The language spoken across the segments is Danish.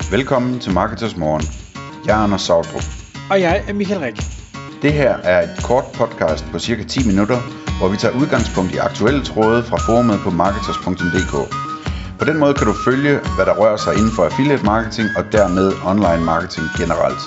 Velkommen til Marketers Morgen. Jeg er Anders Sautrup. Og jeg er Michael Rik. Det her er et kort podcast på cirka 10 minutter, hvor vi tager udgangspunkt i aktuelle tråde fra forumet på marketers.dk. På den måde kan du følge, hvad der rører sig inden for affiliate marketing og dermed online marketing generelt.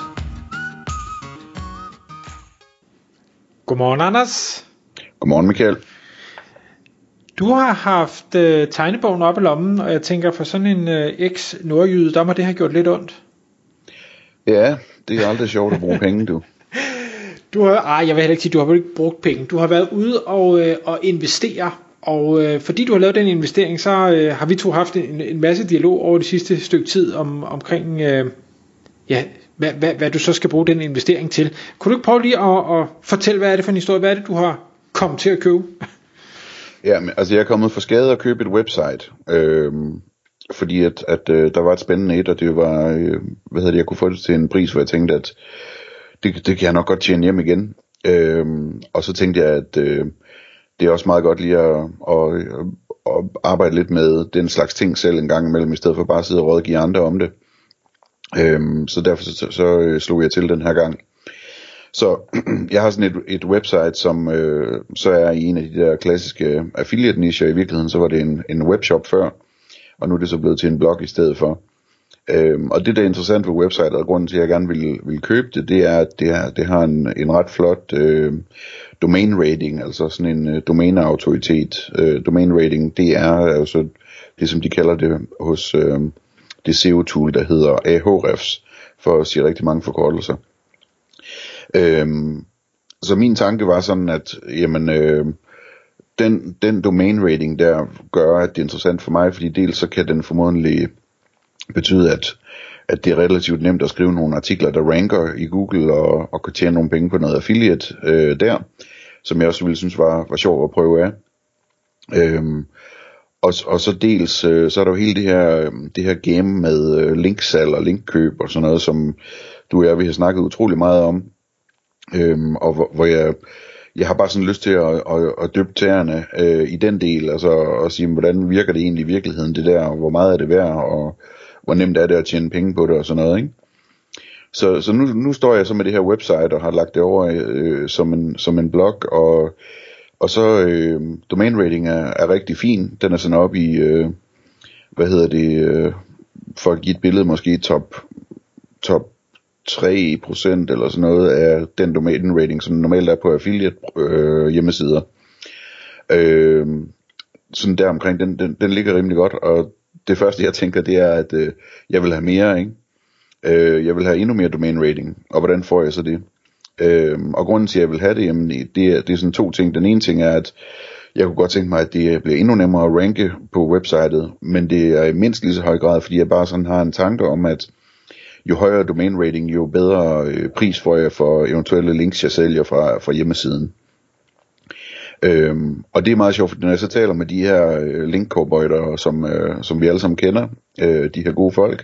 Godmorgen, Anders. Godmorgen, Michael. Du har haft tegnebogen op i lommen, og jeg tænker, for sådan en eks-nordjyde, der må det have gjort lidt ondt. Ja, det er aldrig sjovt at bruge penge, du. Jeg vil heller ikke sige, du har ikke brugt penge. Du har været ude og investere, og fordi du har lavet den investering, så har vi to haft en masse dialog over det sidste stykke tid omkring, hvad du så skal bruge den investering til. Kunne du ikke prøve lige at fortælle, hvad er det for en historie? Hvad er det, du har kommet til at købe? Ja, altså jeg er kommet for skade at købe et website, fordi at der var et spændende et, og det var, jeg kunne få det til en pris, hvor jeg tænkte, at det kan jeg nok godt tjene hjem igen. Og så tænkte jeg, at det er også meget godt lige at arbejde lidt med den slags ting selv en gang imellem, i stedet for bare at sidde og rådgive andre om det. Så derfor så slog jeg til den her gang. Så jeg har sådan et website, som så er i en af de der klassiske affiliate nicher. I virkeligheden så var det en webshop før, og nu er det så blevet til en blog i stedet for. Og det der er interessant ved websitet, og grunden til at jeg gerne vil købe det, det er at det har en ret flot domain rating, altså sådan en domæneautoritet. Domain rating, det er altså det, som de kalder det hos det SEO-tool, der hedder Ahrefs, for at sige rigtig mange forkortelser. Så min tanke var sådan, at den domain rating der gør, at det er interessant for mig, fordi dels så kan den formodentlig betyde, at det er relativt nemt at skrive nogle artikler, der ranker i Google og kan tjene nogle penge på noget affiliate der, som jeg også ville synes var sjovt at prøve af. Og så dels så er der jo hele det her game med linksalg og linkkøb og sådan noget, som du og jeg vi har snakket utrolig meget om. Og hvor jeg har bare sådan lyst til at dyppe tæerne i den del, altså at sige, hvordan virker det egentlig i virkeligheden det der, og hvor meget er det værd, og hvor nemt er det at tjene penge på det og sådan noget, ikke? Så nu står jeg så med det her website og har lagt det over som en blog, og så domain rating er rigtig fin. Den er sådan op i for at give et billede måske top 3% eller sådan noget af den domain rating, som normalt er på affiliate hjemmesider. Sådan der omkring, den ligger rimelig godt, og det første jeg tænker, det er, at jeg vil have mere, ikke? Jeg vil have endnu mere domain rating, og hvordan får jeg så det? Og grunden til, at jeg vil have det, jamen, det er sådan to ting. Den ene ting er, at jeg kunne godt tænke mig, at det bliver endnu nemmere at ranke på websitet, men det er i mindst lige så høj grad, fordi jeg bare sådan har en tanke om, at jo højere domain rating, jo bedre pris får jeg for eventuelle links, jeg sælger fra hjemmesiden. Og det er meget sjovt, for når jeg så taler med de her link-cowboyter, som vi alle sammen kender, de her gode folk,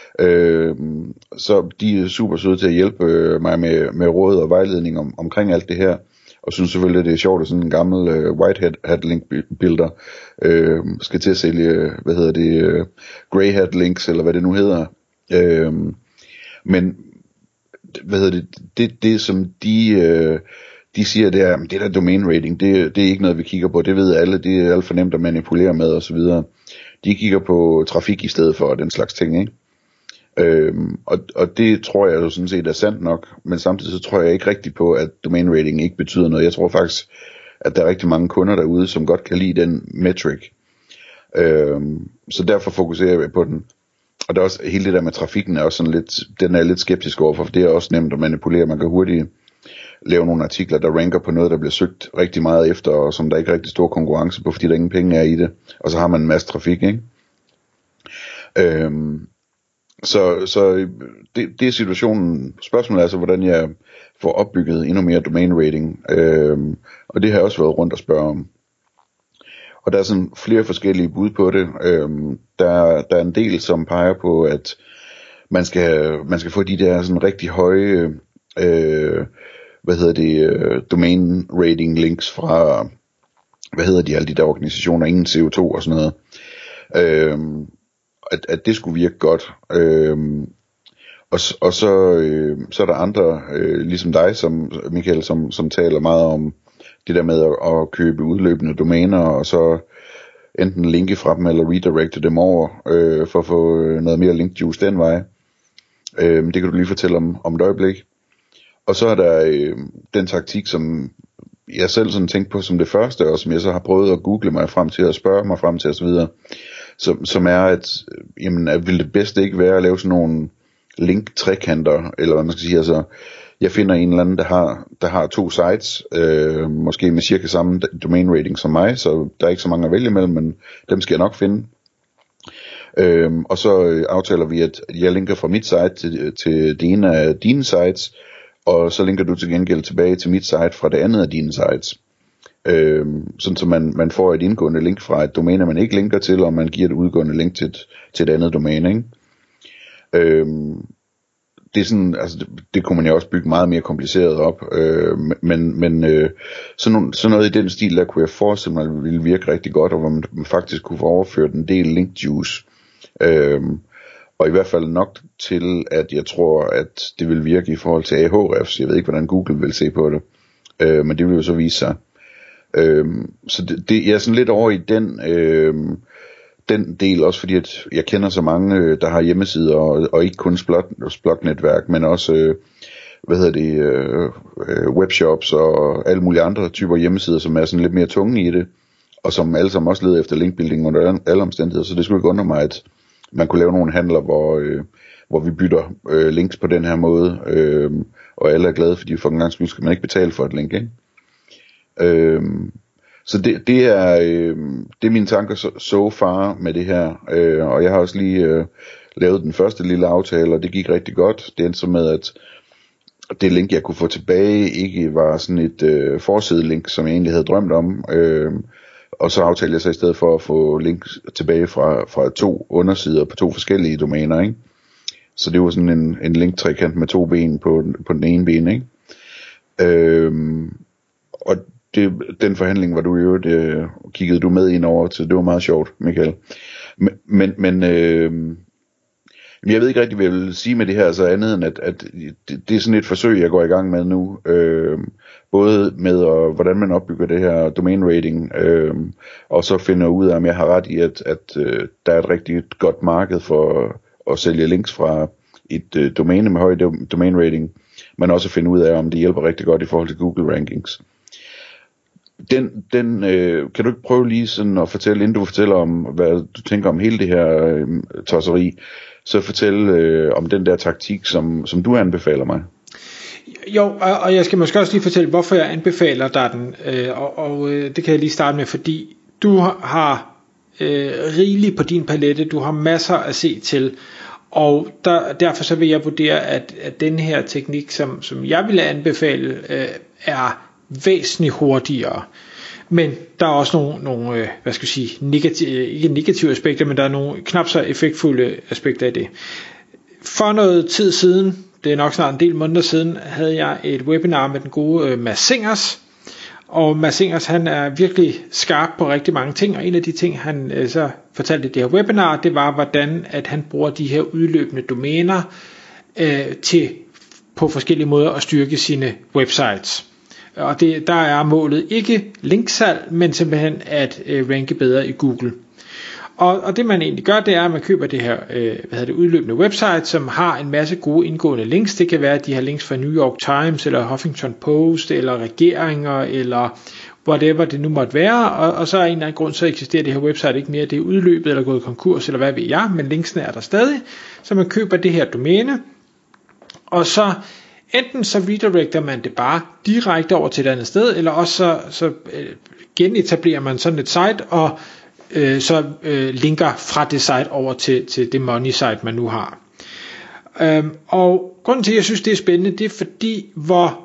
så de er super søde til at hjælpe mig med råd og vejledning omkring alt det her, og synes selvfølgelig, at det er sjovt, at sådan en gammel white hat link builder skal til at sælge, grey hat links, eller hvad det nu hedder. Men det som de siger, det er, det der domain rating, det er ikke noget vi kigger på, det ved alle, det er alt for nemt at manipulere med og så videre. De kigger på trafik i stedet for den slags ting, ikke? Og det tror jeg jo sådan set er sandt nok, men samtidig så tror jeg ikke rigtigt på, at domain rating ikke betyder noget. Jeg tror faktisk, at der er rigtig mange kunder derude, som godt kan lide den metric. Så derfor fokuserer jeg på den. Og der er også hele det der med trafikken er også sådan lidt, den er jeg lidt skeptisk overfor, for det er også nemt at manipulere. Man kan hurtigt lave nogle artikler, der ranker på noget, der bliver søgt rigtig meget efter, og som der ikke er rigtig stor konkurrence på, fordi der ingen penge er i det. Og så har man en masse trafik, ikke? Så det er situationen. Spørgsmålet er altså, hvordan jeg får opbygget endnu mere domain rating. Og det har jeg også været rundt og spørge om. Og der er sådan flere forskellige bud på det. Der er en del, som peger på, at man skal få de der sådan rigtig høje domain rating links fra alle de der organisationer, ingen CO2 og sådan noget. at det skulle virke godt. Og så er der andre, ligesom dig, som Michael, som taler meget om det der med at købe udløbende domæner, og så enten linke fra dem, eller redirecte dem over, for at få noget mere link juice den vej. Det kan du lige fortælle om et øjeblik. Og så er der den taktik, som jeg selv sådan tænkte på som det første, og som jeg så har prøvet at google mig frem til, og spørge mig frem til osv., som er, at vil det bedste ikke være at lave sådan nogle link-trekanter, eller hvad man skal sige, altså jeg finder en eller anden, der har 2 sites, måske med cirka samme domain rating som mig, så der er ikke så mange at vælge imellem, men dem skal jeg nok finde. Og så aftaler vi, at jeg linker fra mit site til det ene af dine sites, og så linker du til gengæld tilbage til mit site fra det andet af dine sites. Sådan så man får et indgående link fra et domæne, man ikke linker til, og man giver et udgående link til et andet domæne, ikke? Det er sådan, altså det kunne man jo også bygge meget mere kompliceret op, men sådan noget i den stil, der kunne jeg forestille mig, ville virke rigtig godt, og hvor man faktisk kunne få overført en del link juice, og i hvert fald nok til, at jeg tror, at det vil virke i forhold til Ahrefs. Jeg ved ikke, hvordan Google vil se på det, men det vil jo så vise sig. Så jeg er sådan lidt over i den del, også fordi at jeg kender så mange, der har hjemmesider, og ikke kun Splog-netværk, men også webshops og alle mulige andre typer hjemmesider, som er sådan lidt mere tunge i det, og som alle sammen også leder efter linkbuilding under alle omstændigheder. Så det skulle ikke undre mig, at man kunne lave nogle handler, hvor vi bytter links på den her måde, og alle er glade, fordi for en gang skyld skal man ikke betale for et link, ikke? Så det er mine tanker so far med det her, og jeg har også lige lavet den første lille aftale, og det gik rigtig godt. Det endte så med, at det link, jeg kunne få tilbage, ikke var sådan et forside-link, som jeg egentlig havde drømt om, og så aftalte jeg så i stedet for at få link tilbage fra 2 undersider på 2 forskellige domæner, ikke? Så det var sådan en link-trekant med 2 ben på den ene ben, ikke? Og den forhandling var du jo kiggede du med ind over til. Det var meget sjovt, Michael. Men jeg ved ikke rigtig, hvad jeg vil sige med det her, så andet end at det er sådan et forsøg, jeg går i gang med nu. Både med hvordan man opbygger det her domain rating, og så finder ud af, om jeg har ret i, at der er et rigtig godt marked for at sælge links fra et domæne med høj domain rating, men også finde ud af, om det hjælper rigtig godt i forhold til Google rankings. Den kan du ikke prøve lige sådan at fortælle, inden du fortæller om, hvad du tænker om hele det her tosseri, så fortælle om den der taktik, som du anbefaler mig. Jo, og jeg skal måske også lige fortælle, hvorfor jeg anbefaler dig den, og det kan jeg lige starte med, fordi du har rigeligt på din palette, du har masser at se til, og derfor så vil jeg vurdere, at den her teknik, som jeg ville anbefale, er væsentligt hurtigere. Men der er også nogle hvad skal jeg sige, ikke negative aspekter, men der er nogle knap så effektfulde aspekter af det. For noget tid siden, det er nok snart en del måneder siden, havde jeg et webinar med den gode Mads Singers. Og Mads Singers, han er virkelig skarp på rigtig mange ting, og en af de ting, han så fortalte i det her webinar, det var, hvordan at han bruger de her udløbende domæner til på forskellige måder at styrke sine websites. Og der er målet ikke linksalg, men simpelthen at ranke bedre i Google. Og det man egentlig gør, det er, at man køber det her udløbende website, som har en masse gode indgående links. Det kan være, at de har links fra New York Times, eller Huffington Post, eller regeringer, eller whatever det nu måtte være. Og så er en eller anden grund, så eksisterer det her website ikke mere. Det er udløbet, eller gået konkurs, eller hvad ved jeg, men linksene er der stadig. Så man køber det her domæne, og så enten så redirecter man det bare direkte over til et andet sted, eller også så genetablerer man sådan et site, og så linker fra det site over til det money site, man nu har. Og grunden til, at jeg synes, det er spændende, det er fordi, hvor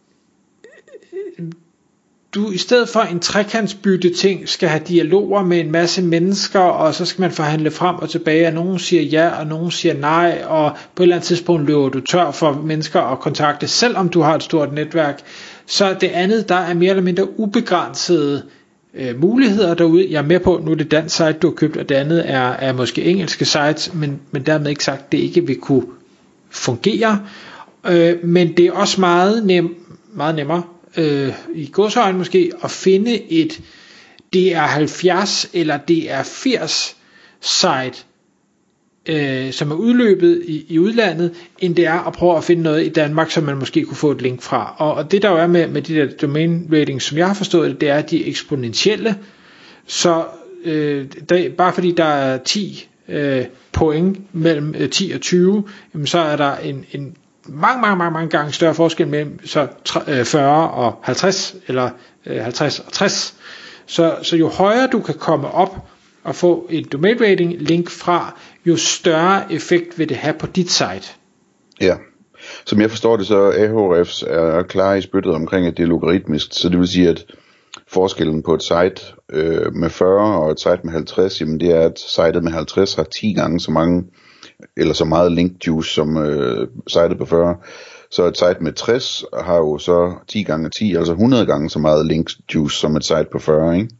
du i stedet for en trekantsbytte ting skal have dialoger med en masse mennesker, og så skal man forhandle frem og tilbage, og nogen siger ja, og nogen siger nej, og på et eller andet tidspunkt løber du tør for mennesker at kontakte, selvom du har et stort netværk. Så det andet, der er mere eller mindre ubegrænsede muligheder derude. Jeg er med på, nu er det dansk site, du har købt, og det andet er måske engelske sites, men dermed ikke sagt, at det ikke vil kunne fungere. Men det er også meget nemmere, i godsøjne måske, at finde et DR70 eller DR80 site, som er udløbet i udlandet, end det er at prøve at finde noget i Danmark, som man måske kunne få et link fra. Og det der jo er med de der domain ratings, som jeg har forstået det er, at de er eksponentielle. Så bare fordi der er 10 point mellem 10 og 20, jamen så er der en mange gange større forskel mellem så 40 og 50 eller 50 og 60. Så jo højere du kan komme op og få et domain rating link fra, jo større effekt vil det have på dit site. Ja, som jeg forstår det, så Ahrefs er klar i spyttet omkring, at det er logaritmisk, så det vil sige, at forskellen på et site med 40 og et site med 50, jamen det er, at sitet med 50 har 10 gange så mange, eller så meget link juice som sitet på 40. Så et site med 60 har jo så 10 gange 10, altså 100 gange så meget link juice som et site på 40, ikke?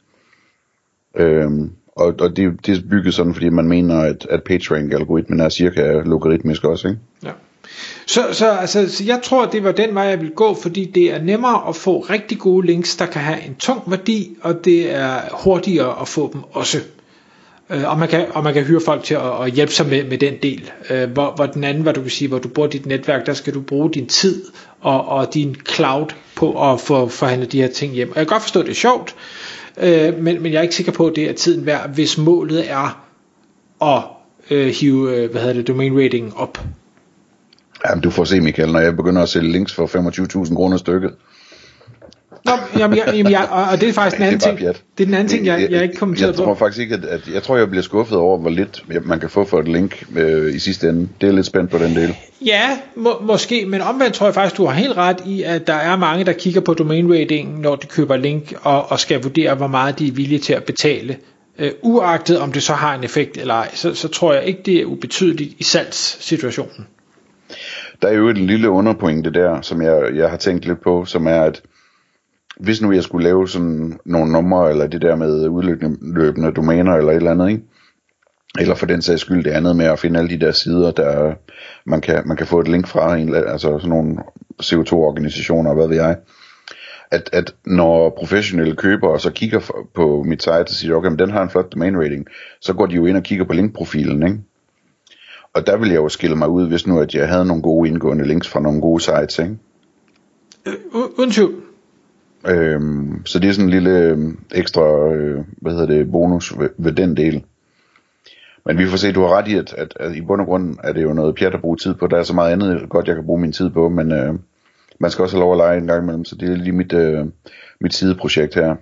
Og det er bygget sådan, fordi man mener, at PageRank-algoritmen er cirka logaritmisk også, ikke? Ja. Så jeg tror, det var den vej, jeg vil gå, fordi det er nemmere at få rigtig gode links, der kan have en tung værdi, og det er hurtigere at få dem også. Og man kan hyre folk til at hjælpe sig med den del. Hvor den anden, hvad du kan sige, hvor du bruger dit netværk, der skal du bruge din tid og din cloud på at få forhandlet de her ting hjem. Og jeg kan godt forstå, at det er sjovt, men jeg er ikke sikker på, at det er tiden værd, hvis målet er at hive domain rating op. Jamen du får se, Michael, når jeg begynder at sælge links for 25.000 kroner stykket. Nå, og det er faktisk den anden ting. Det er den anden ting, jeg ikke kommenterede på. Jeg tror faktisk ikke, at jeg tror, jeg bliver skuffet over, hvor lidt man kan få for et link i sidste ende. Det er lidt spændt på den del. Ja, måske, men omvendt tror jeg faktisk, du har helt ret i, at der er mange, der kigger på domain rating, når de køber link, og skal vurdere, hvor meget de er villige til at betale. Uagtet om det så har en effekt eller ej, så tror jeg ikke, det er ubetydeligt i salgssituationen. Der er jo et lille underpointe der, som jeg har tænkt lidt på, som er, at hvis nu jeg skulle lave sådan nogle numre, eller det der med udløbende domæner, eller et eller andet, ikke? Eller for den sags skyld det andet med at finde alle de der sider, der man kan få et link fra, altså sådan nogle CO2-organisationer, hvad ved jeg. At når professionelle købere så kigger på mit site og siger, okay, men den har en flot domain rating, så går de jo ind og kigger på linkprofilen, ikke? Og der vil jeg jo skille mig ud, hvis nu at jeg havde nogle gode indgående links fra nogle gode sites, ikke? Uden tvivl. Så det er sådan en lille ekstra bonus ved den del. Men vi får se, du har ret i, at i bund og grund er det jo noget pjat at bruge tid på. Der er så meget andet godt, jeg kan bruge min tid på, men man skal også have lov at lege en gang imellem, så det er lige mit sideprojekt her.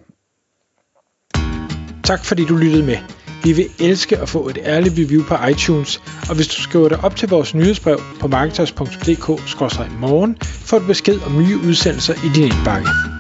Tak fordi du lyttede med. Vi vil elske at få et ærligt review på iTunes, og hvis du skriver dig op til vores nyhedsbrev på marketers.dk/morgen, får du besked om nye udsendelser i din indbakke.